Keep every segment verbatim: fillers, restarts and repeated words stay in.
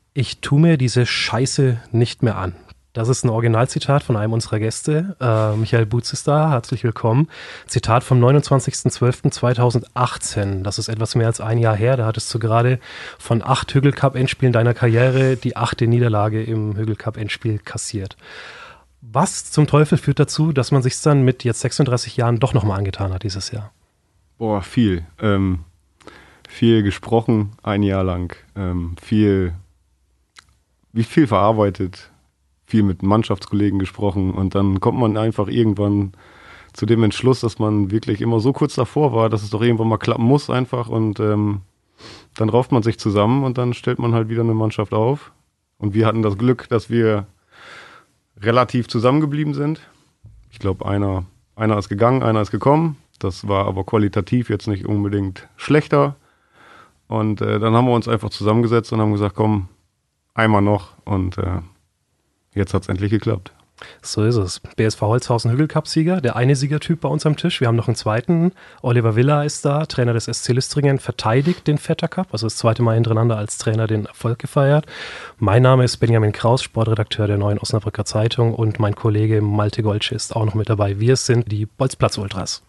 Ich tu mir diese Scheiße nicht mehr an. Das ist ein Originalzitat von einem unserer Gäste. Äh, Michael Butz ist da, herzlich willkommen. Zitat vom neunundzwanzigsten zwölften zweitausendachtzehn. Das ist etwas mehr als ein Jahr her. Da hattest du gerade von acht Hügel-Cup-Endspielen deiner Karriere die achte Niederlage im Hügel-Cup-Endspiel kassiert. Was zum Teufel führt dazu, dass man sich dann mit jetzt sechsunddreißig Jahren doch nochmal angetan hat dieses Jahr? Boah, viel. Ähm, viel gesprochen, ein Jahr lang. Ähm, viel, wie viel verarbeitet. Viel mit Mannschaftskollegen gesprochen und dann kommt man einfach irgendwann zu dem Entschluss, dass man wirklich immer so kurz davor war, dass es doch irgendwann mal klappen muss einfach und ähm, dann rauft man sich zusammen und dann stellt man halt wieder eine Mannschaft auf und wir hatten das Glück, dass wir relativ zusammengeblieben sind. Ich glaube, einer, einer ist gegangen, einer ist gekommen, das war aber qualitativ jetzt nicht unbedingt schlechter und äh, dann haben wir uns einfach zusammengesetzt und haben gesagt, komm, einmal noch und äh, jetzt hat es endlich geklappt. So ist es. B S V Holzhausen Hügel-Cup-Sieger, der eine Siegertyp bei uns am Tisch. Wir haben noch einen zweiten. Oliver Villa ist da, Trainer des S C Lüstringen, verteidigt den Vetter Cup, also das zweite Mal hintereinander als Trainer den Erfolg gefeiert. Mein Name ist Benjamin Kraus, Sportredakteur der Neuen Osnabrücker Zeitung und mein Kollege Malte Goltsche ist auch noch mit dabei. Wir sind die Bolzplatz-Ultras.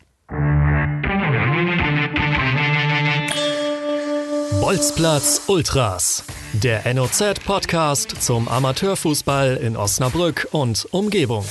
Bolzplatz Ultras, der N O Z-Podcast zum Amateurfußball in Osnabrück und Umgebung.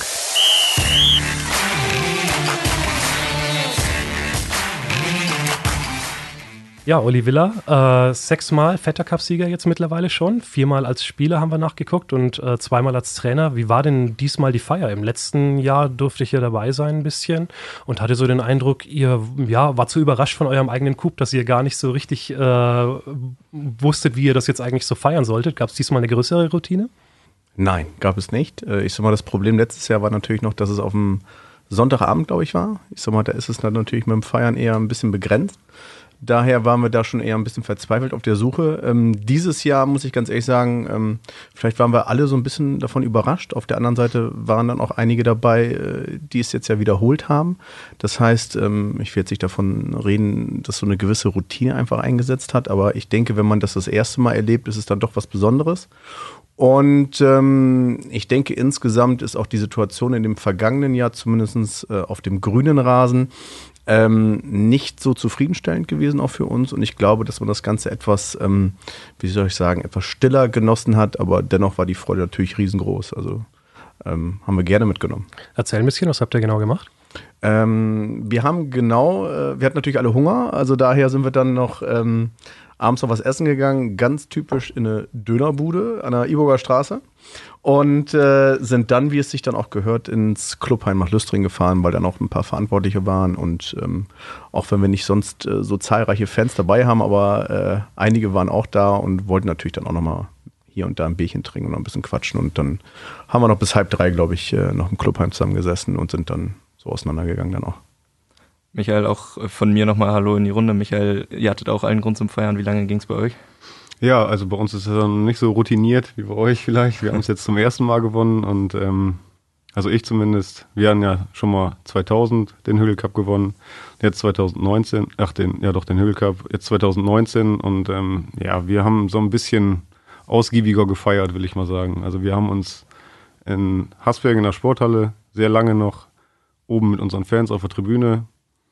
Ja, Oli Villa, äh, sechsmal Vetter Cup-Sieger jetzt mittlerweile schon. Viermal als Spieler haben wir nachgeguckt und äh, zweimal als Trainer. Wie war denn diesmal die Feier? Im letzten Jahr durfte ich ja dabei sein ein bisschen und hatte so den Eindruck, ihr ja, war zu überrascht von eurem eigenen Coup, dass ihr gar nicht so richtig äh, wusstet, wie ihr das jetzt eigentlich so feiern solltet. Gab es diesmal eine größere Routine? Nein, gab es nicht. Ich sag mal, das Problem letztes Jahr war natürlich noch, dass es auf dem Sonntagabend, glaube ich, war. Ich sag mal, da ist es dann natürlich mit dem Feiern eher ein bisschen begrenzt. Daher waren wir da schon eher ein bisschen verzweifelt auf der Suche. Ähm, dieses Jahr muss ich ganz ehrlich sagen, ähm, vielleicht waren wir alle so ein bisschen davon überrascht. Auf der anderen Seite waren dann auch einige dabei, äh, die es jetzt ja wiederholt haben. Das heißt, ähm, ich will jetzt nicht davon reden, dass so eine gewisse Routine einfach eingesetzt hat. Aber ich denke, wenn man das das erste Mal erlebt, ist es dann doch was Besonderes. Und ähm, ich denke, insgesamt ist auch die Situation in dem vergangenen Jahr, zumindest äh, auf dem grünen Rasen, ähm, nicht so zufriedenstellend gewesen auch für uns. Und ich glaube, dass man das Ganze etwas, ähm, wie soll ich sagen, etwas stiller genossen hat. Aber dennoch war die Freude natürlich riesengroß. Also ähm, haben wir gerne mitgenommen. Erzähl ein bisschen, was habt ihr genau gemacht? Ähm, wir haben genau, äh, wir hatten natürlich alle Hunger. Also daher sind wir dann noch ähm, abends noch was essen gegangen, ganz typisch in eine Dönerbude an der Iburger Straße und äh, sind dann, wie es sich dann auch gehört, ins Clubheim nach Lüstringen gefahren, weil dann auch ein paar Verantwortliche waren und ähm, auch wenn wir nicht sonst äh, so zahlreiche Fans dabei haben, aber äh, einige waren auch da und wollten natürlich dann auch nochmal hier und da ein Bierchen trinken und noch ein bisschen quatschen und dann haben wir noch bis halb drei, glaube ich, äh, noch im Clubheim zusammengesessen und sind dann so auseinandergegangen dann auch. Michael, auch von mir nochmal Hallo in die Runde. Michael, ihr hattet auch allen Grund zum Feiern. Wie lange ging es bei euch? Ja, also bei uns ist es dann nicht so routiniert wie bei euch vielleicht. Wir haben es jetzt zum ersten Mal gewonnen und ähm, also ich zumindest. Wir haben ja schon mal zweitausend den Hügel Cup gewonnen, jetzt zweitausendneunzehn, ach den, ja doch den Hügel Cup, jetzt zweitausendneunzehn und ähm, ja, wir haben so ein bisschen ausgiebiger gefeiert, will ich mal sagen. Also wir haben uns in Haßberg in der Sporthalle sehr lange noch oben mit unseren Fans auf der Tribüne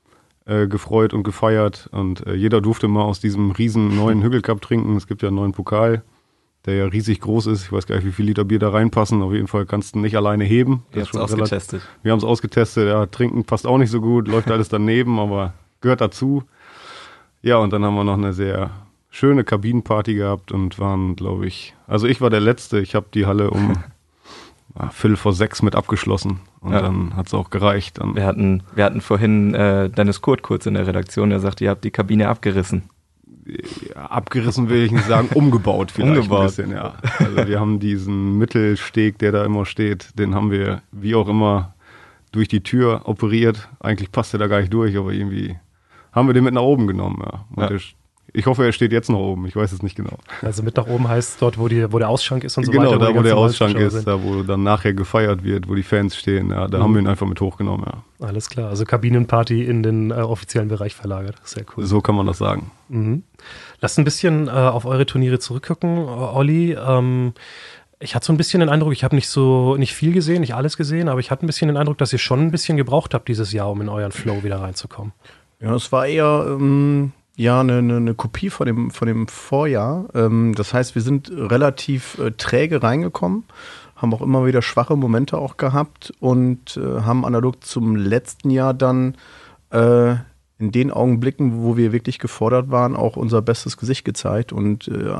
gefreut und gefeiert und äh, jeder durfte mal aus diesem riesen neuen Hügel Cup trinken. Es gibt ja einen neuen Pokal, der ja riesig groß ist. Ich weiß gar nicht, wie viel Liter Bier da reinpassen. Auf jeden Fall kannst du nicht alleine heben. Ihr habt es ausgetestet. Relativ, wir haben es ausgetestet. Ja, trinken passt auch nicht so gut, läuft alles daneben, aber gehört dazu. Ja, und dann haben wir noch eine sehr schöne Kabinenparty gehabt und waren, glaube ich, also ich war der Letzte. Ich habe die Halle um Viertel vor sechs mit abgeschlossen und ja. Dann hat es auch gereicht. Dann wir, hatten, wir hatten vorhin äh, Dennis Kurt kurz in der Redaktion, der sagte, ihr habt die Kabine abgerissen. Ja, abgerissen will ich nicht sagen, umgebaut vielleicht umgebaut. ein bisschen, ja. Also wir haben diesen Mittelsteg, der da immer steht, den haben wir wie auch immer durch die Tür operiert. Eigentlich passt der da gar nicht durch, aber irgendwie haben wir den mit nach oben genommen, ja. Und ja. der, Ich hoffe, er steht jetzt noch oben. Ich weiß es nicht genau. Also mit nach oben heißt dort, wo, die, wo der Ausschank ist und so genau, weiter. Genau, da wo der Ausschank ist, sind. da wo dann nachher gefeiert wird, wo die Fans stehen. Ja, da mhm. haben wir ihn einfach mit hochgenommen. Ja. Alles klar, also Kabinenparty in den äh, offiziellen Bereich verlagert. Sehr cool. So kann man das sagen. Mhm. Lasst ein bisschen äh, auf eure Turniere zurückgucken, Olli. Ähm, ich hatte so ein bisschen den Eindruck, ich habe nicht so nicht viel gesehen, nicht alles gesehen, aber ich hatte ein bisschen den Eindruck, dass ihr schon ein bisschen gebraucht habt dieses Jahr, um in euren Flow wieder reinzukommen. Ja, es war eher ähm, ja eine, eine, eine Kopie von dem, von dem Vorjahr. Ähm, das heißt, wir sind relativ äh, träge reingekommen, haben auch immer wieder schwache Momente auch gehabt und äh, haben analog zum letzten Jahr dann äh, in den Augenblicken, wo wir wirklich gefordert waren, auch unser bestes Gesicht gezeigt und äh,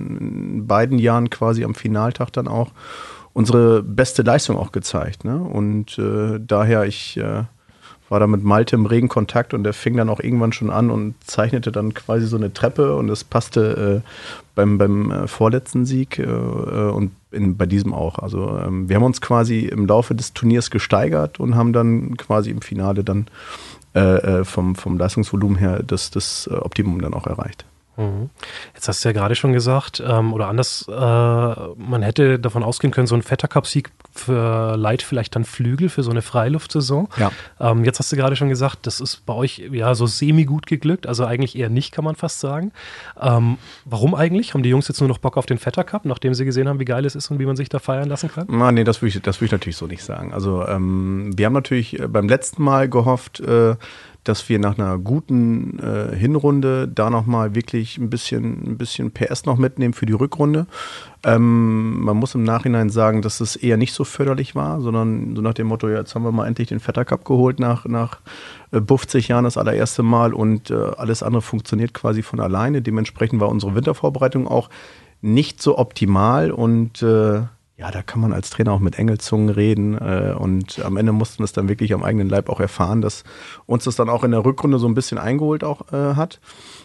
an beiden Jahren quasi am Finaltag dann auch unsere beste Leistung auch gezeigt. Ne? Und äh, daher, ich äh, war da mit Malte im regen Kontakt und der fing dann auch irgendwann schon an und zeichnete dann quasi so eine Treppe und das passte äh, beim, beim äh, vorletzten Sieg äh, und in, bei diesem auch. Also ähm, wir haben uns quasi im Laufe des Turniers gesteigert und haben dann quasi im Finale dann äh, vom, vom Leistungsvolumen her das, das Optimum dann auch erreicht. Mhm. Jetzt hast du ja gerade schon gesagt, ähm, oder anders, äh, man hätte davon ausgehen können, so ein Fedter-Cup-Sieg verleiht vielleicht dann Flügel für so eine Freiluftsaison. Ja. Ähm, jetzt hast du gerade schon gesagt, das ist bei euch ja so semi-gut geglückt, also eigentlich eher nicht, kann man fast sagen. Ähm, warum eigentlich? Haben die Jungs jetzt nur noch Bock auf den Fedter-Cup, nachdem sie gesehen haben, wie geil es ist und wie man sich da feiern lassen kann? Na, nee, das würde ich, das würd ich natürlich so nicht sagen. Also ähm, wir haben natürlich beim letzten Mal gehofft, äh, dass wir nach einer guten äh, Hinrunde da nochmal wirklich ein bisschen, ein bisschen P S noch mitnehmen für die Rückrunde. Ähm, man muss im Nachhinein sagen, dass es eher nicht so förderlich war, sondern so nach dem Motto, ja, jetzt haben wir mal endlich den Fedter Cup geholt nach, nach äh, fünfzig Jahren das allererste Mal und äh, alles andere funktioniert quasi von alleine. Dementsprechend war unsere Wintervorbereitung auch nicht so optimal und äh, ja, da kann man als Trainer auch mit Engelzungen reden äh, und am Ende mussten wir es dann wirklich am eigenen Leib auch erfahren, dass uns das dann auch in der Rückrunde so ein bisschen eingeholt auch äh, hat.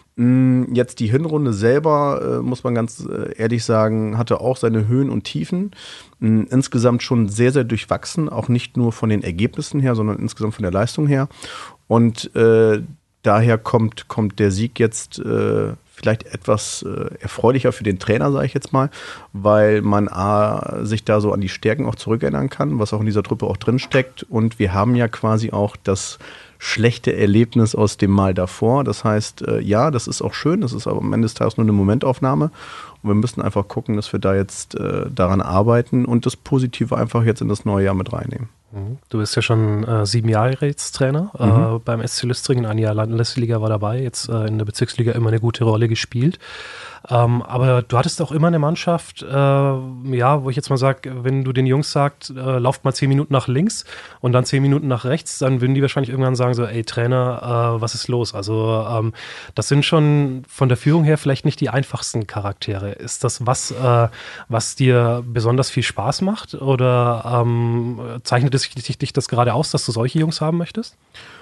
Mm, jetzt die Hinrunde selber, äh, muss man ganz äh, ehrlich sagen, hatte auch seine Höhen und Tiefen. Mm, insgesamt schon sehr, sehr durchwachsen, auch nicht nur von den Ergebnissen her, sondern insgesamt von der Leistung her. Und äh, daher kommt, kommt der Sieg jetzt äh, vielleicht etwas äh, erfreulicher für den Trainer, sage ich jetzt mal, weil man A, sich da so an die Stärken auch zurückerinnern kann, was auch in dieser Truppe auch drin steckt. Und wir haben ja quasi auch das schlechte Erlebnis aus dem Mal davor. Das heißt, äh, ja, das ist auch schön, das ist aber am Ende des Tages nur eine Momentaufnahme. Und wir müssen einfach gucken, dass wir da jetzt äh, daran arbeiten und das Positive einfach jetzt in das neue Jahr mit reinnehmen. Du bist ja schon äh, sieben Jahre jetzt Trainer mhm. äh, beim S C Lüstringen. Ein Jahr Landesliga war dabei, jetzt äh, in der Bezirksliga immer eine gute Rolle gespielt. Ähm, aber du hattest auch immer eine Mannschaft, äh, ja, wo ich jetzt mal sage, wenn du den Jungs sagst, äh, lauft mal zehn Minuten nach links und dann zehn Minuten nach rechts, dann würden die wahrscheinlich irgendwann sagen so, ey Trainer, äh, was ist los? Also ähm, das sind schon von der Führung her vielleicht nicht die einfachsten Charaktere. Ist das was, äh, was dir besonders viel Spaß macht oder ähm, zeichnet es dich, dich das gerade aus, dass du solche Jungs haben möchtest?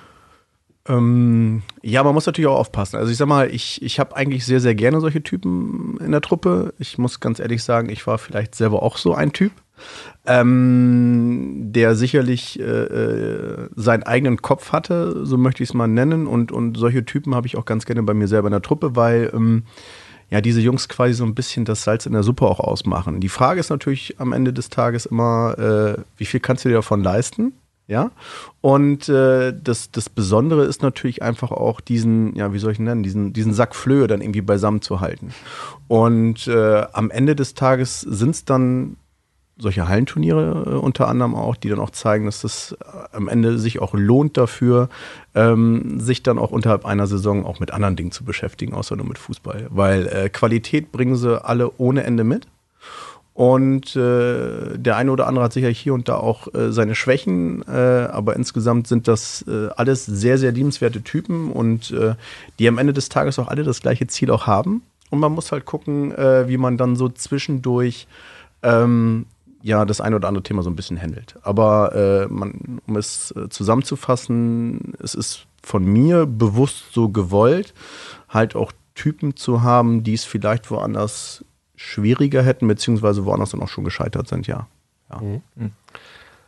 Ähm, ja, man muss natürlich auch aufpassen. Also ich sag mal, ich, ich habe eigentlich sehr, sehr gerne solche Typen in der Truppe. Ich muss ganz ehrlich sagen, ich war vielleicht selber auch so ein Typ, ähm, der sicherlich äh, seinen eigenen Kopf hatte, so möchte ich es mal nennen. Und, und solche Typen habe ich auch ganz gerne bei mir selber in der Truppe, weil ähm, ja diese Jungs quasi so ein bisschen das Salz in der Suppe auch ausmachen. Die Frage ist natürlich am Ende des Tages immer, äh, wie viel kannst du dir davon leisten? Ja, und äh, das, das Besondere ist natürlich einfach auch diesen, ja, wie soll ich ihn nennen, diesen, diesen Sack Flöhe dann irgendwie beisammen zu halten. Und äh, am Ende des Tages sind es dann solche Hallenturniere äh, unter anderem auch, die dann auch zeigen, dass das am Ende sich auch lohnt dafür, ähm, sich dann auch unterhalb einer Saison auch mit anderen Dingen zu beschäftigen, außer nur mit Fußball. Weil äh, Qualität bringen sie alle ohne Ende mit. Und äh, der eine oder andere hat sicher hier und da auch äh, seine Schwächen, äh, aber insgesamt sind das äh, alles sehr, sehr liebenswerte Typen und äh, die am Ende des Tages auch alle das gleiche Ziel auch haben. Und man muss halt gucken, äh, wie man dann so zwischendurch ähm, ja das eine oder andere Thema so ein bisschen handelt. Aber äh, man, um es äh, zusammenzufassen, es ist von mir bewusst so gewollt, halt auch Typen zu haben, die es vielleicht woanders schwieriger hätten, beziehungsweise woanders dann auch schon gescheitert sind, ja. ja. Mhm.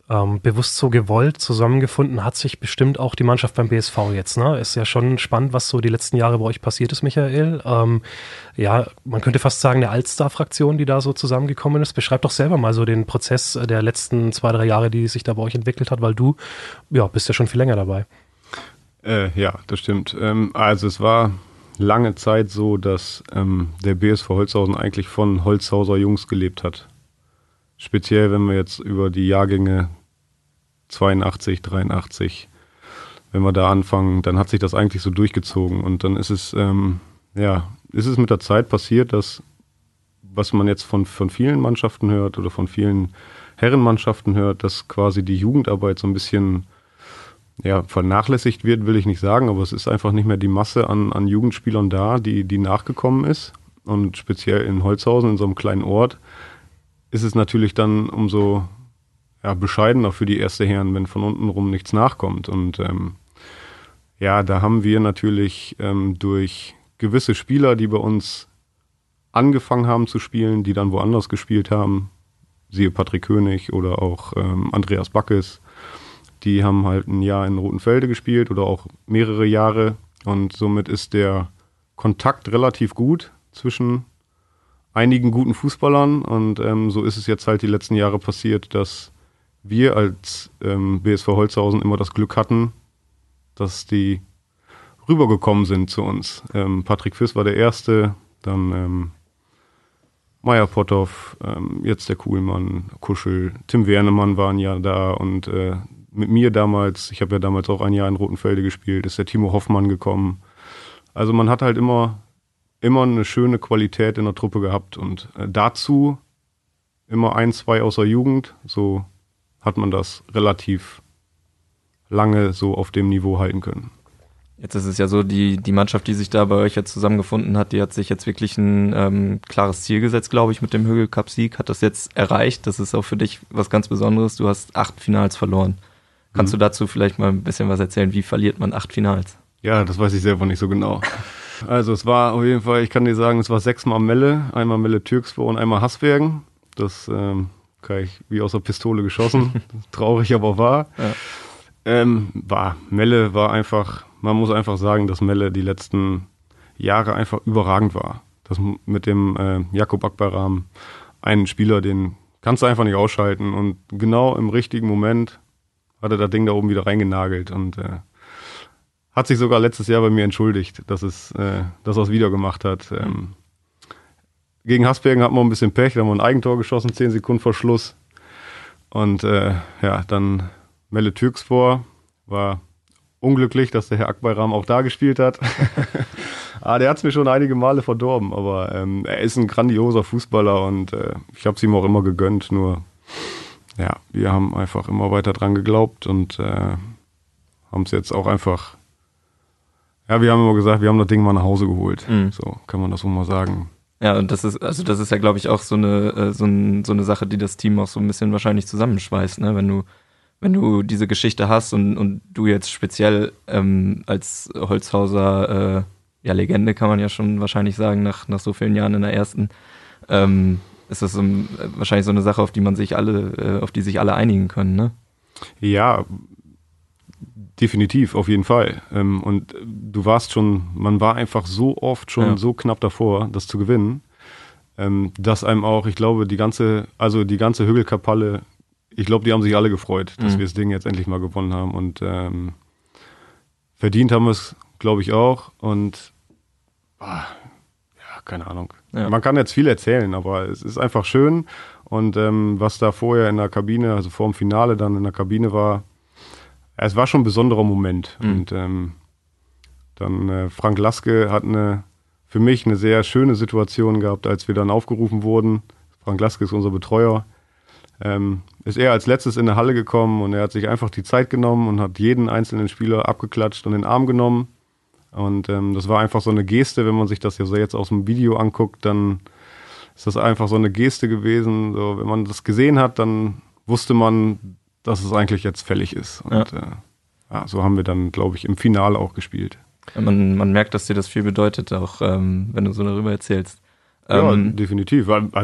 Ähm, bewusst so gewollt zusammengefunden hat sich bestimmt auch die Mannschaft beim B S V jetzt, ne? Ist ja schon spannend, was so die letzten Jahre bei euch passiert ist, Michael. Ähm, ja, man könnte fast sagen, eine Allstar-Fraktion, die da so zusammengekommen ist. Beschreib doch selber mal so den Prozess der letzten zwei, drei Jahre, die sich da bei euch entwickelt hat, weil du, ja, bist ja schon viel länger dabei. Äh, ja, das stimmt. Ähm, also es war lange Zeit so, dass ähm, der B S V Holzhausen eigentlich von Holzhauser Jungs gelebt hat. Speziell, wenn wir jetzt über die Jahrgänge zweiundachtzig, dreiundachtzig, wenn wir da anfangen, dann hat sich das eigentlich so durchgezogen. Und dann ist es, ähm, ja, ist es mit der Zeit passiert, dass, was man jetzt von, von vielen Mannschaften hört oder von vielen Herrenmannschaften hört, dass quasi die Jugendarbeit so ein bisschen, ja, vernachlässigt wird, will ich nicht sagen, aber es ist einfach nicht mehr die Masse an, an Jugendspielern da, die, die nachgekommen ist. Und speziell in Holzhausen, in so einem kleinen Ort, ist es natürlich dann umso ja, bescheidener für die erste Herren, wenn von unten rum nichts nachkommt. Und ähm, ja, da haben wir natürlich ähm, durch gewisse Spieler, die bei uns angefangen haben zu spielen, die dann woanders gespielt haben, siehe Patrick König oder auch ähm, Andreas Backes, die haben halt ein Jahr in Rotenfelde gespielt oder auch mehrere Jahre. Und somit ist der Kontakt relativ gut zwischen einigen guten Fußballern und ähm, so ist es jetzt halt die letzten Jahre passiert, dass wir als ähm, B S V Holzhausen immer das Glück hatten, dass die rübergekommen sind zu uns. Ähm, Patrick Fiss war der Erste, dann ähm, Meier Potthoff, ähm, jetzt der Kuhlmann, Kuschel, Tim Wernemann waren ja da und äh, mit mir damals, ich habe ja damals auch ein Jahr in Rotenfelde gespielt, ist der Timo Hoffmann gekommen. Also man hat halt immer immer eine schöne Qualität in der Truppe gehabt und äh, dazu immer ein, zwei aus der Jugend, so hat man das relativ lange so auf dem Niveau halten können. Jetzt ist es ja so, die, die Mannschaft, die sich da bei euch jetzt zusammengefunden hat, die hat sich jetzt wirklich ein ähm, klares Ziel gesetzt, glaube ich, mit dem Hügel-Cup-Sieg, hat das jetzt erreicht. Das ist auch für dich was ganz Besonderes. Du hast acht Finals verloren. Kannst mhm. du dazu vielleicht mal ein bisschen was erzählen? Wie verliert man acht Finals? Ja, das weiß ich selber nicht so genau. Also es war auf jeden Fall, ich kann dir sagen, es war sechsmal Melle, einmal Melle Türksvor und einmal Haßbergen. Das ähm, kann ich wie aus der Pistole geschossen. Traurig, aber wahr. Ja. Ähm, war, Melle war einfach, man muss einfach sagen, dass Melle die letzten Jahre einfach überragend war. Das mit dem äh, Jakob Akbaram, einen Spieler, den kannst du einfach nicht ausschalten. Und genau im richtigen Moment hat er das Ding da oben wieder reingenagelt und äh, hat sich sogar letztes Jahr bei mir entschuldigt, dass es, äh, dass er es wieder gemacht hat. Ähm, gegen Haßbergen hatten wir ein bisschen Pech, da haben wir ein Eigentor geschossen, zehn Sekunden vor Schluss. Und äh, ja, dann Melle Türksvor war unglücklich, dass der Herr Akbayram auch da gespielt hat. ah, der hat es mir schon einige Male verdorben, aber ähm, er ist ein grandioser Fußballer und äh, ich habe es ihm auch immer gegönnt, nur ja, wir haben einfach immer weiter dran geglaubt und äh, haben es jetzt auch einfach. Ja, wir haben immer gesagt, wir haben das Ding mal nach Hause geholt. Mhm. So kann man das wohl mal sagen. Ja, und das ist, also das ist ja, glaube ich, auch so eine, so, ein, so eine Sache, die das Team auch so ein bisschen wahrscheinlich zusammenschweißt, ne? Wenn du, wenn du diese Geschichte hast und, und du jetzt speziell ähm, als Holzhauser, äh, ja, Legende kann man ja schon wahrscheinlich sagen, nach, nach so vielen Jahren in der ersten, ähm, ist das so, wahrscheinlich so eine Sache, auf die man sich alle, äh, auf die sich alle einigen können, ne? Ja, definitiv, auf jeden Fall. Und du warst schon, man war einfach so oft schon ja. so knapp davor, das zu gewinnen, dass einem auch, ich glaube, die ganze, also die ganze Hügelkapalle, ich glaube, die haben sich alle gefreut, dass mhm. wir das Ding jetzt endlich mal gewonnen haben. Und ähm, verdient haben wir es, glaube ich, auch. Und ah, ja, keine Ahnung. Ja. Man kann jetzt viel erzählen, aber es ist einfach schön. Und ähm, was da vorher in der Kabine, also vor dem Finale dann in der Kabine war, es war schon ein besonderer Moment. Mhm. Und ähm, dann äh, Frank Laske hat eine, für mich eine sehr schöne Situation gehabt, als wir dann aufgerufen wurden. Frank Laske ist unser Betreuer. Ähm, ist er als letztes in der Halle gekommen und er hat sich einfach die Zeit genommen und hat jeden einzelnen Spieler abgeklatscht und in den Arm genommen. Und ähm, das war einfach so eine Geste, wenn man sich das ja so jetzt aus dem Video anguckt, dann ist das einfach so eine Geste gewesen. So, wenn man das gesehen hat, dann wusste man, dass es eigentlich jetzt fällig ist. Und ja. Äh, ja, so haben wir dann, glaube ich, im Finale auch gespielt. Ja, man, man merkt, dass dir das viel bedeutet, auch ähm, wenn du so darüber erzählst. Ja, ähm, definitiv. Also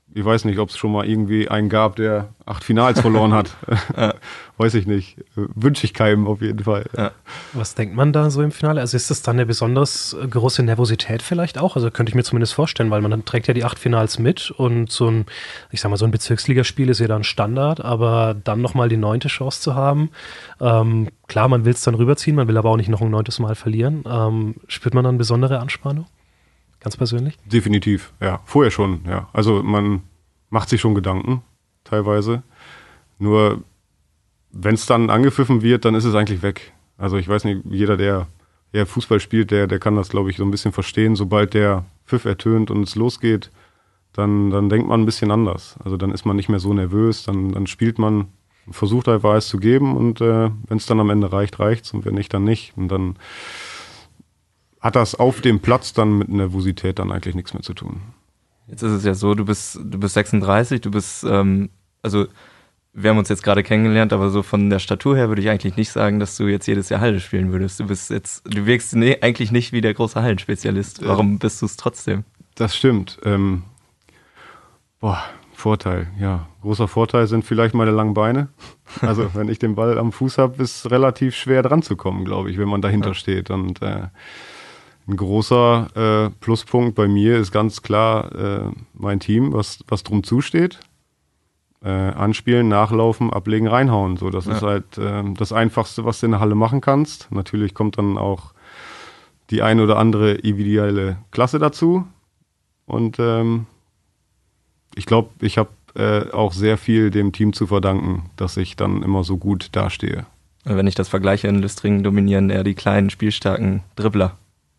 ich weiß nicht, ob es schon mal irgendwie einen gab, der acht Finals verloren hat. Ja. Weiß ich nicht. Wünsche ich keinem auf jeden Fall. Ja. Was denkt man da so im Finale? Also ist das dann eine besonders große Nervosität vielleicht auch? Also könnte ich mir zumindest vorstellen, weil man dann trägt ja die acht Finals mit und so ein, ich sag mal, so ein Bezirksligaspiel ist ja dann Standard, aber dann nochmal die neunte Chance zu haben. Ähm, klar, man will es dann rüberziehen, man will aber auch nicht noch ein neuntes Mal verlieren. Ähm, spürt man dann besondere Anspannung? Ganz persönlich? Definitiv, ja. Vorher schon, ja. Also man macht sich schon Gedanken, teilweise. Nur wenn es dann angepfiffen wird, dann ist es eigentlich weg. Also ich weiß nicht, jeder, der, der Fußball spielt, der, der kann das, glaube ich, so ein bisschen verstehen. Sobald der Pfiff ertönt und es losgeht, dann, dann denkt man ein bisschen anders. Also dann ist man nicht mehr so nervös, dann, dann spielt man, versucht einfach alles zu geben und äh, wenn es dann am Ende reicht, reicht's und wenn nicht, dann nicht. Und dann hat das auf dem Platz dann mit Nervosität dann eigentlich nichts mehr zu tun. Jetzt ist es ja so, du bist, du bist sechsunddreißig, du bist, ähm, also wir haben uns jetzt gerade kennengelernt, aber so von der Statur her würde ich eigentlich nicht sagen, dass du jetzt jedes Jahr Halle spielen würdest. Du bist jetzt, du wirkst nee, eigentlich nicht wie der große Hallenspezialist. Warum bist du es trotzdem? Das stimmt. Ähm, boah, Vorteil, ja. Großer Vorteil sind vielleicht meine langen Beine. Also wenn ich den Ball am Fuß habe, ist es relativ schwer dran zu kommen, glaube ich, wenn man dahinter ja. steht. Und äh, ein großer äh, Pluspunkt bei mir ist ganz klar äh, mein Team, was, was drum zusteht. Äh, anspielen, nachlaufen, ablegen, reinhauen. So, das ja. ist halt äh, das Einfachste, was du in der Halle machen kannst. Natürlich kommt dann auch die eine oder andere individuelle Klasse dazu. Und ähm, ich glaube, ich habe äh, auch sehr viel dem Team zu verdanken, dass ich dann immer so gut dastehe. Wenn ich das vergleiche, in Lüstringen dominieren eher die kleinen, spielstarken Dribbler.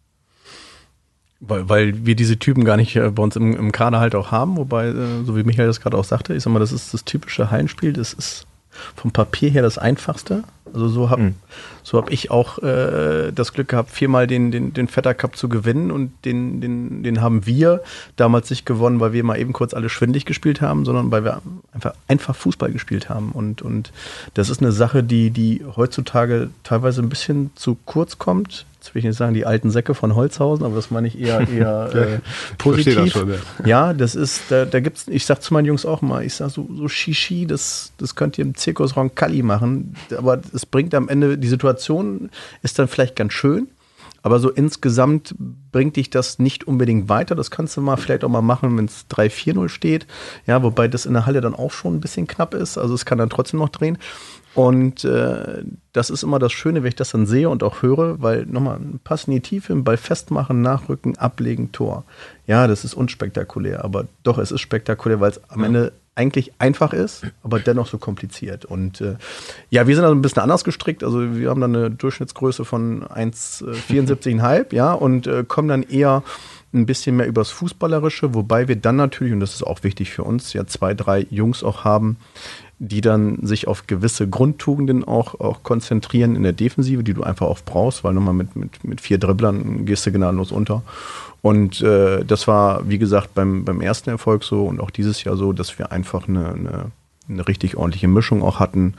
Weil, weil wir diese Typen gar nicht äh, bei uns im, im Kader halt auch haben, wobei, äh, so wie Michael das gerade auch sagte, ich sag mal, das ist das typische Hallenspiel, das ist vom Papier her das Einfachste. Also so habe mhm. so hab ich auch äh, das Glück gehabt, viermal den, den, den Vetter Cup zu gewinnen und den, den, den haben wir damals nicht gewonnen, weil wir mal eben kurz alle schwindig gespielt haben, sondern weil wir einfach, einfach Fußball gespielt haben. Und, und das ist eine Sache, die, die heutzutage teilweise ein bisschen zu kurz kommt. Jetzt will ich nicht sagen, die alten Säcke von Holzhausen, aber das meine ich eher, eher äh, positiv. Das schon, ja. ja, das ist, da, da gibt's, ich sag zu meinen Jungs auch mal, ich sag so, so Shishi, das, das könnt ihr im Zirkus Roncalli machen, aber es bringt am Ende, die Situation ist dann vielleicht ganz schön, aber so insgesamt bringt dich das nicht unbedingt weiter. Das kannst du mal vielleicht auch mal machen, wenn es drei vier null steht, ja, wobei das in der Halle dann auch schon ein bisschen knapp ist, also es kann dann trotzdem noch drehen. Und äh, das ist immer das Schöne, wenn ich das dann sehe und auch höre, weil nochmal, Pass in die Tiefe, Ball festmachen, nachrücken, ablegen, Tor. Ja, das ist unspektakulär, aber doch, es ist spektakulär, weil es am Ende eigentlich einfach ist, aber dennoch so kompliziert. Und äh, ja, wir sind also ein bisschen anders gestrickt. Also wir haben dann eine Durchschnittsgröße von eins Komma vierundsiebzig Komma fünf, ja, und äh, kommen dann eher ein bisschen mehr übers Fußballerische, wobei wir dann natürlich, und das ist auch wichtig für uns, ja zwei, drei Jungs auch haben, die dann sich auf gewisse Grundtugenden auch, auch konzentrieren in der Defensive, die du einfach auch brauchst, weil nochmal mit, mit, mit vier Dribblern gehst du gnadenlos unter. Und äh, das war, wie gesagt, beim, beim ersten Erfolg so und auch dieses Jahr so, dass wir einfach eine, eine, eine richtig ordentliche Mischung auch hatten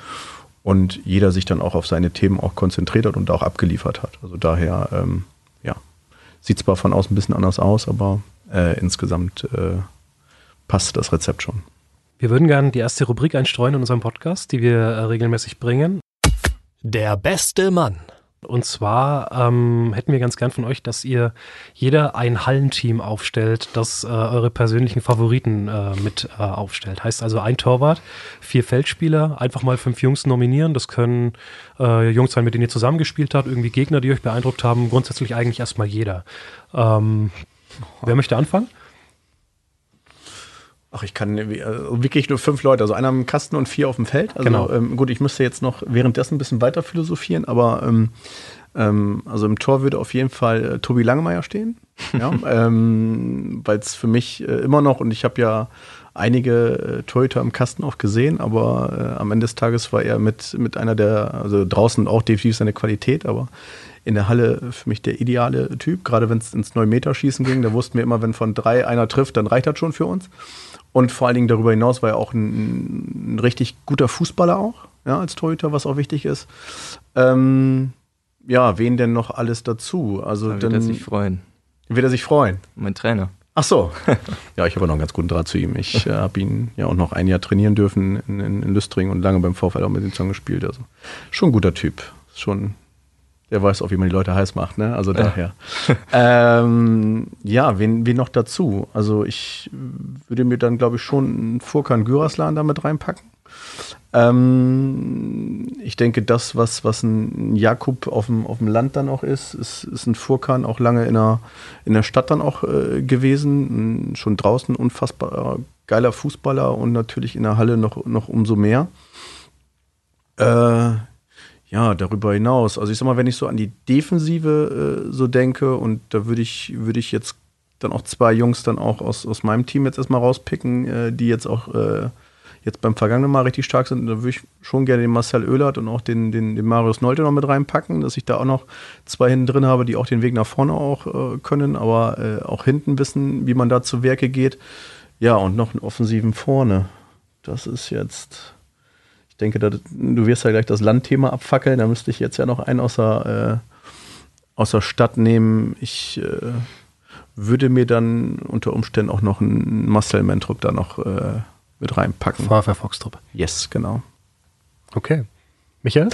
und jeder sich dann auch auf seine Themen auch konzentriert hat und auch abgeliefert hat. Also daher, ähm, ja, sieht zwar von außen ein bisschen anders aus, aber äh, insgesamt äh, passt das Rezept schon. Wir würden gerne die erste Rubrik einstreuen in unserem Podcast, die wir äh, regelmäßig bringen. Der beste Mann. Und zwar ähm, hätten wir ganz gern von euch, dass ihr jeder ein Hallenteam aufstellt, das äh, eure persönlichen Favoriten äh, mit äh, aufstellt. Heißt also ein Torwart, vier Feldspieler, einfach mal fünf Jungs nominieren. Das können äh, Jungs sein, mit denen ihr zusammengespielt habt, irgendwie Gegner, die euch beeindruckt haben. Grundsätzlich eigentlich erstmal jeder. Ähm, wer möchte anfangen? Ach, ich kann also wirklich nur fünf Leute, also einer im Kasten und vier auf dem Feld. Also genau. ähm, gut, ich müsste jetzt noch währenddessen ein bisschen weiter philosophieren, aber ähm, ähm, also im Tor würde auf jeden Fall äh, Tobi Langemeier stehen, ja, ähm, weil es für mich äh, immer noch, und ich habe ja einige äh, Torhüter im Kasten auch gesehen, aber äh, am Ende des Tages war er mit, mit einer der, also draußen auch definitiv seine Qualität, aber in der Halle für mich der ideale Typ, gerade wenn es ins neun Meter Schießen ging, da wussten wir immer, wenn von drei einer trifft, dann reicht das schon für uns. Und vor allen Dingen darüber hinaus war er auch ein, ein richtig guter Fußballer auch, ja, als Torhüter, was auch wichtig ist. Ähm, ja, wen denn noch alles dazu? Also da wird dann, er sich freuen. Wird er sich freuen? Mein Trainer. Ach so. Ja, ich habe noch einen ganz guten Draht zu ihm. Ich äh, habe ihn ja auch noch ein Jahr trainieren dürfen in, in, in Lüstring und lange beim VfL auch mit ihm zusammen gespielt. Also schon ein guter Typ. Schon, der weiß auch, wie man die Leute heiß macht, ne? Also daher. ähm, ja, wen, wen noch dazu? Also ich würde mir dann, glaube ich, schon einen Furkan Güraslan damit reinpacken. Ähm, ich denke, das, was, was ein Jakub auf dem, auf dem Land dann auch ist, ist, ist ein Furkan auch lange in der, in der Stadt dann auch äh, gewesen. Schon draußen unfassbar geiler Fußballer und natürlich in der Halle noch, noch umso mehr. Äh, ja, darüber hinaus. Also ich sag mal, wenn ich so an die Defensive äh, so denke, und da würde ich, würde ich jetzt dann auch zwei Jungs dann auch aus, aus meinem Team jetzt erstmal rauspicken, äh, die jetzt auch äh, jetzt beim vergangenen Mal richtig stark sind. Da würde ich schon gerne den Marcel Oehlert und auch den, den, den Marius Nolte noch mit reinpacken, dass ich da auch noch zwei hinten drin habe, die auch den Weg nach vorne auch äh, können, aber äh, auch hinten wissen, wie man da zu Werke geht. Ja, und noch einen Offensiven vorne. Das ist jetzt, ich denke, da, du wirst ja gleich das Landthema abfackeln, da müsste ich jetzt ja noch einen aus der, äh, aus der Stadt nehmen. Ich äh, würde mir dann unter Umständen auch noch einen Marcel Mentrup da noch äh, mit reinpacken. VfL Foxtrop. Yes, genau. Okay. Michael?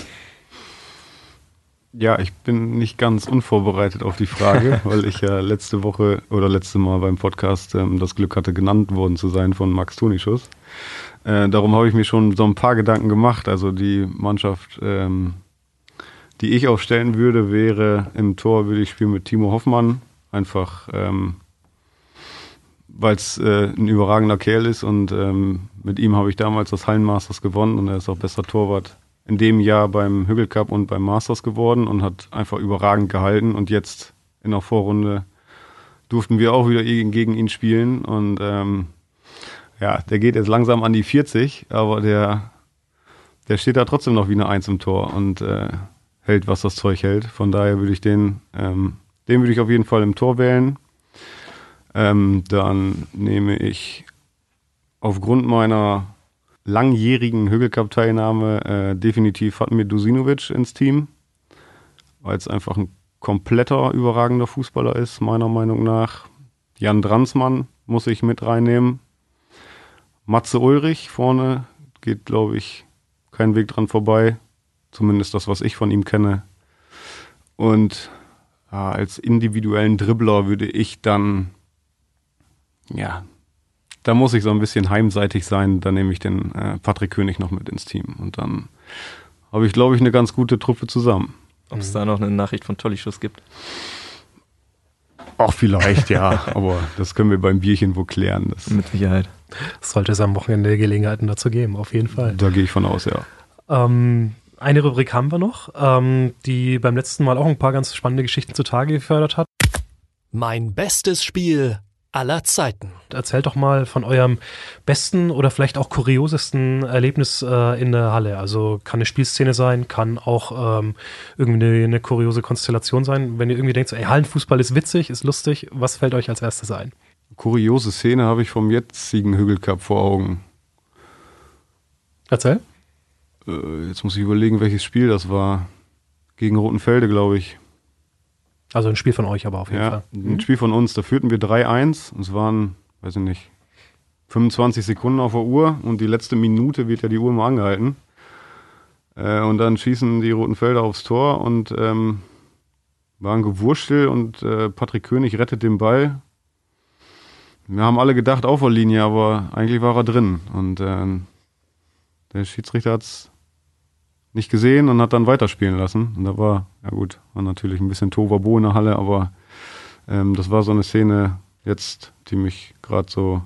Ja, ich bin nicht ganz unvorbereitet auf die Frage, weil ich ja letzte Woche oder letzte Mal beim Podcast ähm, das Glück hatte, genannt worden zu sein von Max Tunischuss. Äh, darum habe ich mir schon so ein paar Gedanken gemacht. Also die Mannschaft, ähm, die ich aufstellen würde, wäre im Tor würde ich spielen mit Timo Hoffmann. Einfach ähm, weil es äh, ein überragender Kerl ist und ähm, mit ihm habe ich damals das Hallenmasters gewonnen und er ist auch bester Torwart in dem Jahr beim Hügel Cup und beim Masters geworden und hat einfach überragend gehalten und jetzt in der Vorrunde durften wir auch wieder gegen ihn spielen und ähm, ja, der geht jetzt langsam an die vierzig, aber der, der steht da trotzdem noch wie eine Eins im Tor und äh, hält, was das Zeug hält. Von daher würde ich den, ähm, den würde ich auf jeden Fall im Tor wählen. Ähm, dann nehme ich aufgrund meiner langjährigen Hügel-Cup-Teilnahme äh, definitiv Fatmir Dusinovic ins Team, weil es einfach ein kompletter, überragender Fußballer ist, meiner Meinung nach. Jan Dransmann muss ich mit reinnehmen. Matze Ulrich vorne geht, glaube ich, kein Weg dran vorbei. Zumindest das, was ich von ihm kenne. Und ja, als individuellen Dribbler würde ich dann ja, da muss ich so ein bisschen heimseitig sein. Dann nehme ich den äh, Patrick König noch mit ins Team. Und dann habe ich, glaube ich, eine ganz gute Truppe zusammen. Ob es da noch eine Nachricht von Tollischuss gibt? Ach, vielleicht, ja. Aber das können wir beim Bierchen wohl klären. Das, Mit Sicherheit. Sollte es am Wochenende Gelegenheiten dazu geben, auf jeden Fall. Da gehe ich von aus, ja. Ähm, eine Rubrik haben wir noch, ähm, die beim letzten Mal auch ein paar ganz spannende Geschichten zutage gefördert hat. Mein bestes Spiel aller Zeiten. Erzählt doch mal von eurem besten oder vielleicht auch kuriosesten Erlebnis äh, in der Halle. Also kann eine Spielszene sein, kann auch ähm, irgendwie eine, eine kuriose Konstellation sein. Wenn ihr irgendwie denkt, so, ey, Hallenfußball ist witzig, ist lustig, was fällt euch als erstes ein? Kuriose Szene habe ich vom jetzigen Hügel Cup vor Augen. Erzähl. Äh, jetzt muss ich überlegen, welches Spiel das war. Gegen Rotenfelde, glaube ich. Also ein Spiel von euch aber auf jeden ja, Fall. Ein Spiel von uns, da führten wir drei eins. Es waren, weiß ich nicht, fünfundzwanzig Sekunden auf der Uhr und die letzte Minute wird ja die Uhr mal angehalten. Äh, und dann schießen die Rotenfelder aufs Tor und ähm, waren gewurschtelt und äh, Patrick König rettet den Ball. Wir haben alle gedacht auf der Linie, aber eigentlich war er drin. Und äh, der Schiedsrichter hat es nicht gesehen und hat dann weiterspielen lassen. Und da war, ja gut, war natürlich ein bisschen Tohuwabohu in der Halle, aber ähm, das war so eine Szene jetzt, die mich gerade so,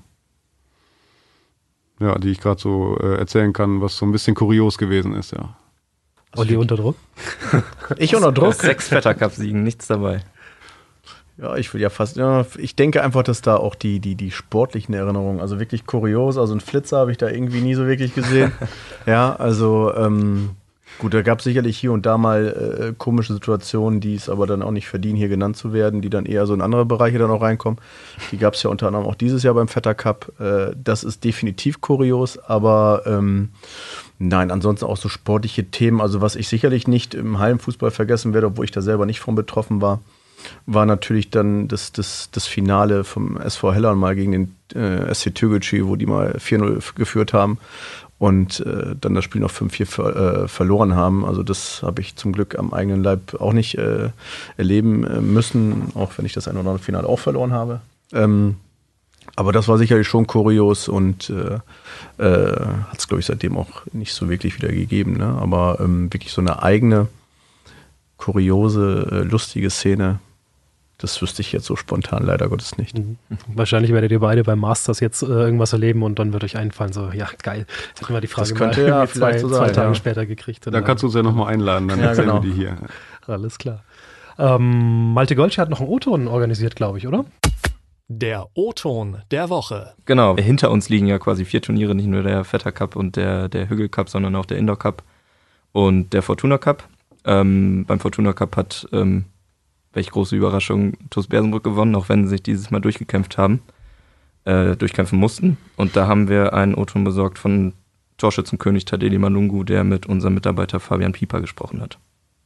ja, die ich gerade so äh, erzählen kann, was so ein bisschen kurios gewesen ist, ja. Olli unter Druck? Ich unter Druck? Sechs Vetter-Cup-Siegen, nichts dabei. Ja, ich will ja fast, ja, ich denke einfach, dass da auch die, die, die sportlichen Erinnerungen, also wirklich kurios, also einen Flitzer habe ich da irgendwie nie so wirklich gesehen. Ja, also, ähm, gut, da gab es sicherlich hier und da mal äh, komische Situationen, die es aber dann auch nicht verdienen, hier genannt zu werden, die dann eher so in andere Bereiche dann auch reinkommen. Die gab es ja unter anderem auch dieses Jahr beim Vetter Cup. Äh, das ist definitiv kurios, aber ähm, nein, ansonsten auch so sportliche Themen. Also was ich sicherlich nicht im Hallenfußball vergessen werde, obwohl ich da selber nicht von betroffen war. war natürlich dann das, das, das Finale vom S V Hellern mal gegen den äh, S C Türkgücü, wo die mal vier null geführt haben und äh, dann das Spiel noch fünf vier ver, äh, verloren haben. Also das habe ich zum Glück am eigenen Leib auch nicht äh, erleben äh, müssen, auch wenn ich das ein oder andere Finale auch verloren habe. Ähm, aber das war sicherlich schon kurios und äh, äh, hat es, glaube ich, seitdem auch nicht so wirklich wieder gegeben. Ne? Aber ähm, wirklich so eine eigene, kuriose, äh, lustige Szene, das wüsste ich jetzt so spontan leider Gottes nicht. Mhm. Wahrscheinlich werdet ihr beide beim Masters jetzt äh, irgendwas erleben und dann wird euch einfallen, so, ja, geil. Jetzt hätten wir die Frage Das könnte mal ja zwei, vielleicht so zwei sein, Tage ja. später gekriegt. Dann kannst du uns ja nochmal einladen, dann Ja, erzählen genau. wir die hier. Alles klar. Ähm, Malte Golsche hat noch einen O-Ton organisiert, glaube ich, oder? Der O-Ton der Woche. Genau, hinter uns liegen ja quasi vier Turniere, nicht nur der Vetter Cup und der, der Hügel Cup, sondern auch der Indoor Cup und der Fortuna Cup. Ähm, beim Fortuna Cup hat, ähm, welche große Überraschung, T U S Bersenbrück gewonnen, auch wenn sie sich dieses Mal durchgekämpft haben, äh, durchkämpfen mussten. Und da haben wir einen O-Ton besorgt von Torschützenkönig Tadeli Malungu, der mit unserem Mitarbeiter Fabian Pieper gesprochen hat.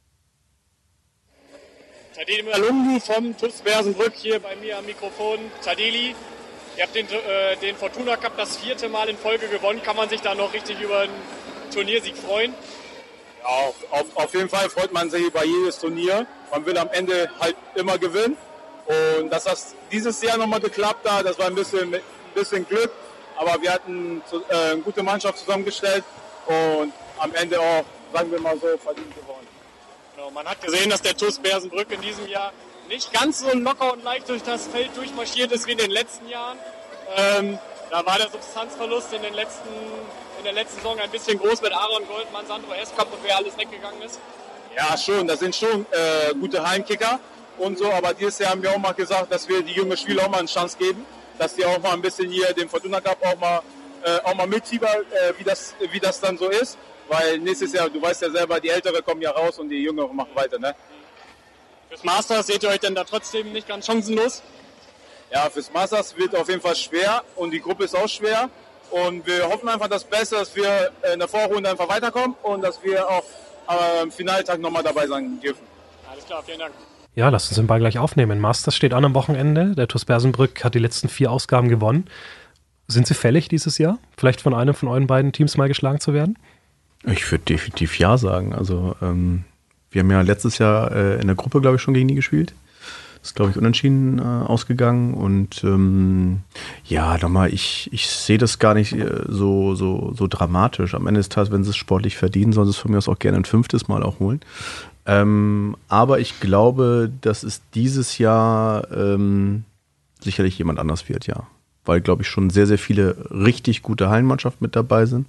Tadeli Malungu vom T U S Bersenbrück hier bei mir am Mikrofon. Tadeli, ihr habt den, äh, den Fortuna Cup das vierte Mal in Folge gewonnen. Kann man sich da noch richtig über einen Turniersieg freuen? Ja, auf, auf, auf jeden Fall freut man sich über jedes Turnier. Man will am Ende halt immer gewinnen. Und dass das dieses Jahr nochmal geklappt hat, das war ein bisschen, ein bisschen Glück. Aber wir hatten äh, eine gute Mannschaft zusammengestellt und am Ende auch, sagen wir mal so, verdient gewonnen. Genau, man hat gesehen, dass der T U S Bersenbrück in diesem Jahr nicht ganz so locker und leicht durch das Feld durchmarschiert ist wie in den letzten Jahren. Ähm, da war der Substanzverlust in, den letzten, in der letzten Saison ein bisschen groß mit Aaron Goldmann, Sandro Eskamp und wer alles weggegangen ist. Ja, schon, das sind schon äh, gute Heimkicker und so, aber dieses Jahr haben wir auch mal gesagt, dass wir die jungen Spieler auch mal eine Chance geben, dass die auch mal ein bisschen hier den Fortuna Cup auch mal, äh, auch mal mitfiebern, äh, wie, das, wie das dann so ist. Weil nächstes Jahr, du weißt ja selber, die Ältere kommen ja raus und die Jüngeren machen weiter, ne? Fürs Masters seht ihr euch denn da trotzdem nicht ganz chancenlos? Ja, fürs Masters wird auf jeden Fall schwer und die Gruppe ist auch schwer. Und wir hoffen einfach das Beste, dass wir in der Vorrunde einfach weiterkommen und dass wir auch am Finaltag nochmal dabei sein dürfen. Alles klar, vielen Dank. Ja, lasst uns den Ball gleich aufnehmen. Masters steht an am Wochenende. Der T U S Bersenbrück hat die letzten vier Ausgaben gewonnen. Sind sie fällig dieses Jahr? Vielleicht von einem von euren beiden Teams mal geschlagen zu werden? Ich würde definitiv ja sagen. Also ähm, wir haben ja letztes Jahr äh, in der Gruppe, glaube ich, schon gegen die gespielt. Das ist, glaube ich, unentschieden äh, ausgegangen. Und ähm, ja, nochmal, ich, ich sehe das gar nicht äh, so, so, so dramatisch. Am Ende des Tages, wenn sie es sportlich verdienen, sollen sie es von mir aus auch gerne ein fünftes Mal auch holen. Ähm, aber ich glaube, dass es dieses Jahr ähm, sicherlich jemand anders wird, ja. Weil, glaube ich, schon sehr, sehr viele richtig gute Hallenmannschaften mit dabei sind.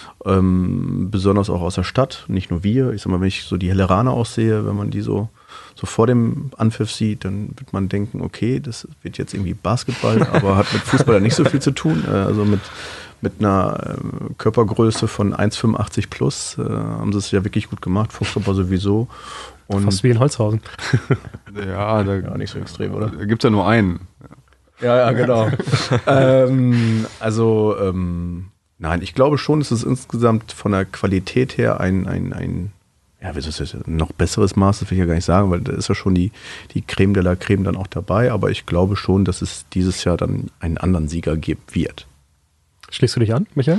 Ähm, besonders auch aus der Stadt, nicht nur wir. Ich sag mal, wenn ich so die Helleraner aussehe, wenn man die so, so vor dem Anpfiff sieht, dann wird man denken, okay, das wird jetzt irgendwie Basketball, aber hat mit Fußball nicht so viel zu tun. Äh, also mit, mit einer äh, Körpergröße von eins Komma fünfundachtzig plus äh, haben sie es ja wirklich gut gemacht, Fuchs aber sowieso. Und Fast wie in Holzhausen. Ja, da ja, nicht so extrem, oder? Da gibt es ja nur einen. Ja, ja, genau. ähm, also, ähm, nein, ich glaube schon, dass es insgesamt von der Qualität her ein, ein, ein ja, wie soll ich das, noch besseres Maß, das will ich ja gar nicht sagen, weil da ist ja schon die, die Creme de la Creme dann auch dabei, aber ich glaube schon, dass es dieses Jahr dann einen anderen Sieger geben wird. Schließt du dich an, Michael?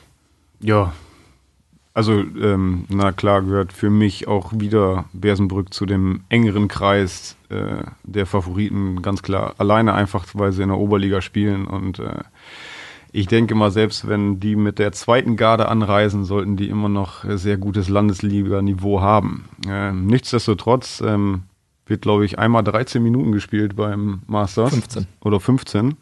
Ja, also ähm, na klar gehört für mich auch wieder Bersenbrück zu dem engeren Kreis äh, der Favoriten, ganz klar. Alleine einfach, weil sie in der Oberliga spielen und äh, ich denke mal, selbst wenn die mit der zweiten Garde anreisen, sollten die immer noch sehr gutes Landesliga-Niveau haben. Ähm, nichtsdestotrotz ähm, wird, glaube ich, einmal dreizehn Minuten gespielt beim Masters. fünfzehn. Oder fünfzehn.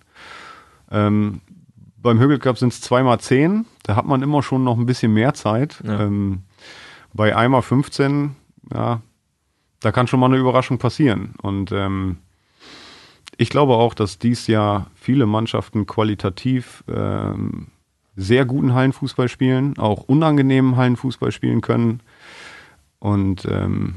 Ähm, beim Hügel Cup sind es zweimal zehn. Da hat man immer schon noch ein bisschen mehr Zeit. Ja. Ähm, bei einmal fünfzehn, ja, da kann schon mal eine Überraschung passieren. Und ähm, ich glaube auch, dass dies Jahr viele Mannschaften qualitativ ähm, sehr guten Hallenfußball spielen, auch unangenehmen Hallenfußball spielen können. Und ähm,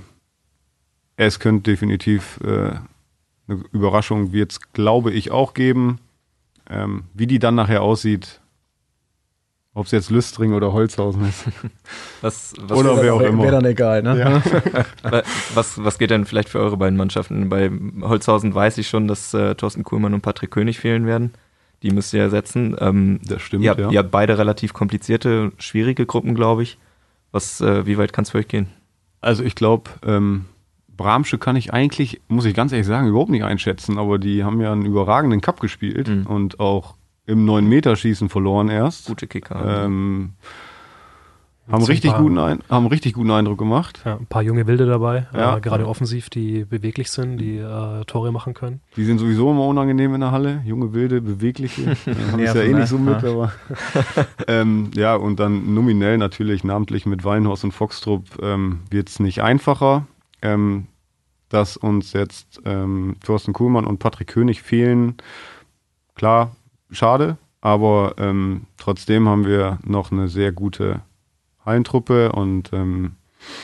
es könnte definitiv äh, eine Überraschung, wird es, glaube ich, auch geben. Ähm, wie die dann nachher aussieht, Ob es jetzt Lüstring oder Holzhausen ist. Was, was oder wer auch wär, immer. Wäre dann egal, ne? Ja. was, was geht denn vielleicht für eure beiden Mannschaften? Bei Holzhausen weiß ich schon, dass äh, Thorsten Kuhlmann und Patrick König fehlen werden. Die müsst ihr ersetzen. Ähm, Das stimmt, ihr, habt, ja. ihr habt beide relativ komplizierte, schwierige Gruppen, glaube ich. Was, äh, wie weit kann es für euch gehen? Also ich glaube, ähm, Bramsche kann ich eigentlich, muss ich ganz ehrlich sagen, überhaupt nicht einschätzen, aber die haben ja einen überragenden Cup gespielt Mhm. und auch im neun Meter Schießen verloren erst. Gute Kicker. Ähm, haben, Jetzt ein richtig paar- guten Ein- haben richtig guten Eindruck gemacht. Ja, ein paar junge Wilde dabei, Ja. äh, gerade offensiv, die beweglich sind, die äh, Tore machen können. Die sind sowieso immer unangenehm in der Halle. Junge, wilde, bewegliche. Ja, haben es ja Nerven, eh ne? nicht so mit, Ja. aber. ähm, ja, und dann nominell natürlich, namentlich mit Weinhorst und Foxtrup, ähm, wird es nicht einfacher. Ähm, dass uns jetzt ähm, Thorsten Kuhlmann und Patrick König fehlen. Klar, schade, aber ähm, trotzdem haben wir noch eine sehr gute Hallentruppe und ähm,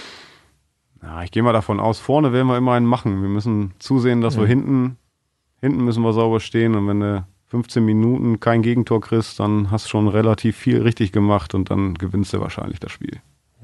ja, ich gehe mal davon aus, vorne werden wir immer einen machen. Wir müssen zusehen, dass Mhm. wir hinten, hinten müssen wir sauber stehen und wenn du fünfzehn Minuten kein Gegentor kriegst, dann hast du schon relativ viel richtig gemacht und dann gewinnst du wahrscheinlich das Spiel.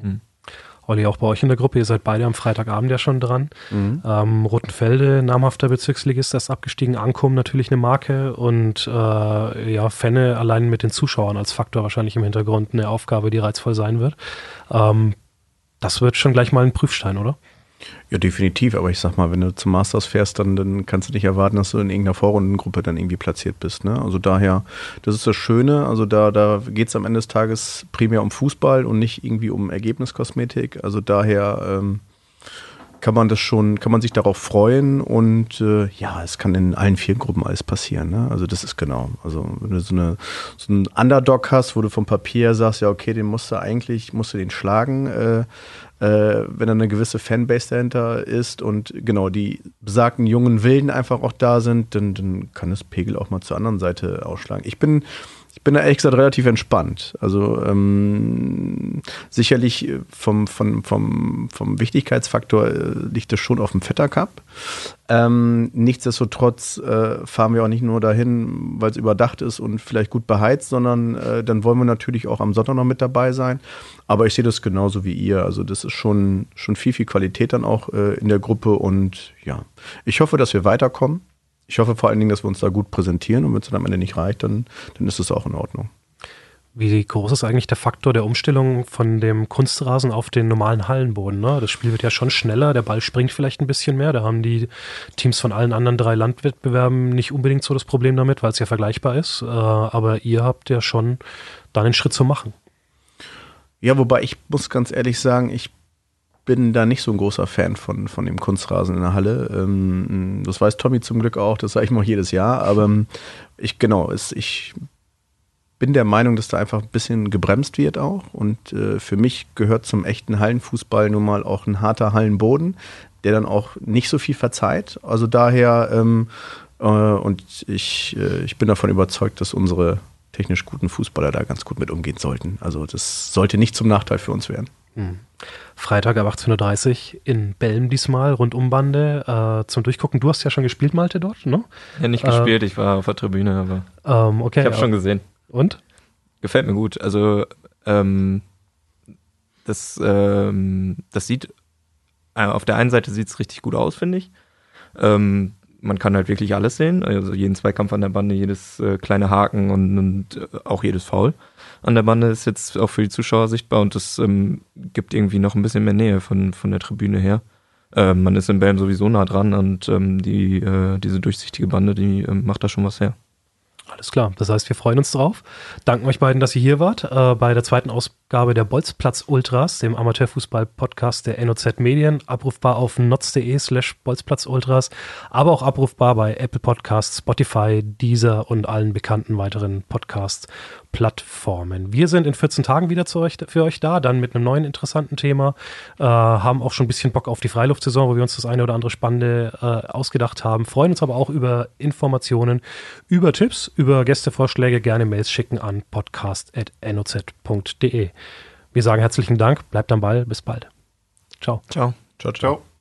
Olli, auch bei euch in der Gruppe, ihr seid beide am Freitagabend ja schon dran. Mhm. Ähm, Rothenfelde, namhafter Bezirksligist, ist abgestiegen, Ankum natürlich eine Marke und äh, ja, Fenne allein mit den Zuschauern als Faktor wahrscheinlich im Hintergrund eine Aufgabe, die reizvoll sein wird. Ähm, das wird schon gleich mal ein Prüfstein, oder? Ja, definitiv, aber ich sag mal, wenn du zum Masters fährst, dann, dann kannst du nicht erwarten, dass du in irgendeiner Vorrundengruppe dann irgendwie platziert bist. Ne? Also daher, das ist das Schöne, also da, da geht es am Ende des Tages primär um Fußball und nicht irgendwie um Ergebniskosmetik. Also daher ähm, kann man das schon, kann man sich darauf freuen und äh, ja, es kann in allen vier Gruppen alles passieren. Ne? Also das ist genau, also wenn du so, eine, so einen Underdog hast, wo du vom Papier sagst, ja okay, den musst du eigentlich, musst du den schlagen, äh, äh, wenn da eine gewisse Fanbase dahinter ist und genau die besagten jungen Wilden einfach auch da sind, dann, dann kann das Pegel auch mal zur anderen Seite ausschlagen. Ich bin Ich bin da ehrlich gesagt relativ entspannt. Also ähm, sicherlich vom, vom, vom, vom Wichtigkeitsfaktor äh, liegt es schon auf dem Vetter Cup. Ähm, nichtsdestotrotz äh, fahren wir auch nicht nur dahin, weil es überdacht ist und vielleicht gut beheizt, sondern äh, dann wollen wir natürlich auch am Sonntag noch mit dabei sein. Aber ich sehe das genauso wie ihr. Also das ist schon, schon viel, viel Qualität dann auch äh, in der Gruppe und ja, ich hoffe, dass wir weiterkommen. Ich hoffe vor allen Dingen, dass wir uns da gut präsentieren und wenn es dann am Ende nicht reicht, dann, dann ist es auch in Ordnung. Wie groß ist eigentlich der Faktor der Umstellung von dem Kunstrasen auf den normalen Hallenboden? Ne? Das Spiel wird ja schon schneller, der Ball springt vielleicht ein bisschen mehr. Da haben die Teams von allen anderen drei Landwettbewerben nicht unbedingt so das Problem damit, weil es ja vergleichbar ist. Äh, aber ihr habt ja schon dann einen Schritt zu machen. Ja, wobei ich muss ganz ehrlich sagen, ich bin da nicht so ein großer Fan von, von dem Kunstrasen in der Halle. Ähm, das weiß Tommy zum Glück auch, das sage ich mal jedes Jahr. Aber ich, genau, es, ich bin der Meinung, dass da einfach ein bisschen gebremst wird auch. Und äh, für mich gehört zum echten Hallenfußball nun mal auch ein harter Hallenboden, der dann auch nicht so viel verzeiht. Also daher, ähm, äh, und ich, äh, ich bin davon überzeugt, dass unsere technisch guten Fußballer da ganz gut mit umgehen sollten. Also das sollte nicht zum Nachteil für uns werden. Hm. Freitag ab achtzehn Uhr dreißig in Belm diesmal, Rundumbande, äh, zum Durchgucken. Du hast ja schon gespielt, Malte, dort, ne? Ja, nicht Äh, gespielt, ich war auf der Tribüne, aber Ähm, okay. ich habe ja. schon gesehen. Und? Gefällt mir gut. Also ähm, das, ähm, das sieht, äh, auf der einen Seite sieht es richtig gut aus, finde ich. Ähm, man kann halt wirklich alles sehen, also jeden Zweikampf an der Bande, jedes äh, kleine Haken und, und äh, auch jedes Foul an der Bande ist jetzt auch für die Zuschauer sichtbar und das ähm, gibt irgendwie noch ein bisschen mehr Nähe von, von der Tribüne her. Ähm, man ist in Belm sowieso nah dran und ähm, die, äh, diese durchsichtige Bande, die ähm, macht da schon was her. Alles klar, das heißt, wir freuen uns drauf. Danken euch beiden, dass ihr hier wart, äh, bei der zweiten Ausgabe der Bolzplatz Ultras, dem Amateurfußball-Podcast der N O Z Medien, abrufbar auf notz.de slash Bolzplatz Ultras, aber auch abrufbar bei Apple Podcasts, Spotify, Deezer und allen bekannten weiteren Podcast-Plattformen. Wir sind in vierzehn Tagen wieder zu euch, für euch da, dann mit einem neuen interessanten Thema, äh, haben auch schon ein bisschen Bock auf die Freiluftsaison, wo wir uns das eine oder andere Spannende äh, ausgedacht haben, freuen uns aber auch über Informationen, über Tipps, über Gästevorschläge, gerne Mails schicken an podcast at noz punkt de. Wir sagen herzlichen Dank, bleibt am Ball, bis bald. Ciao. Ciao. Ciao, ciao.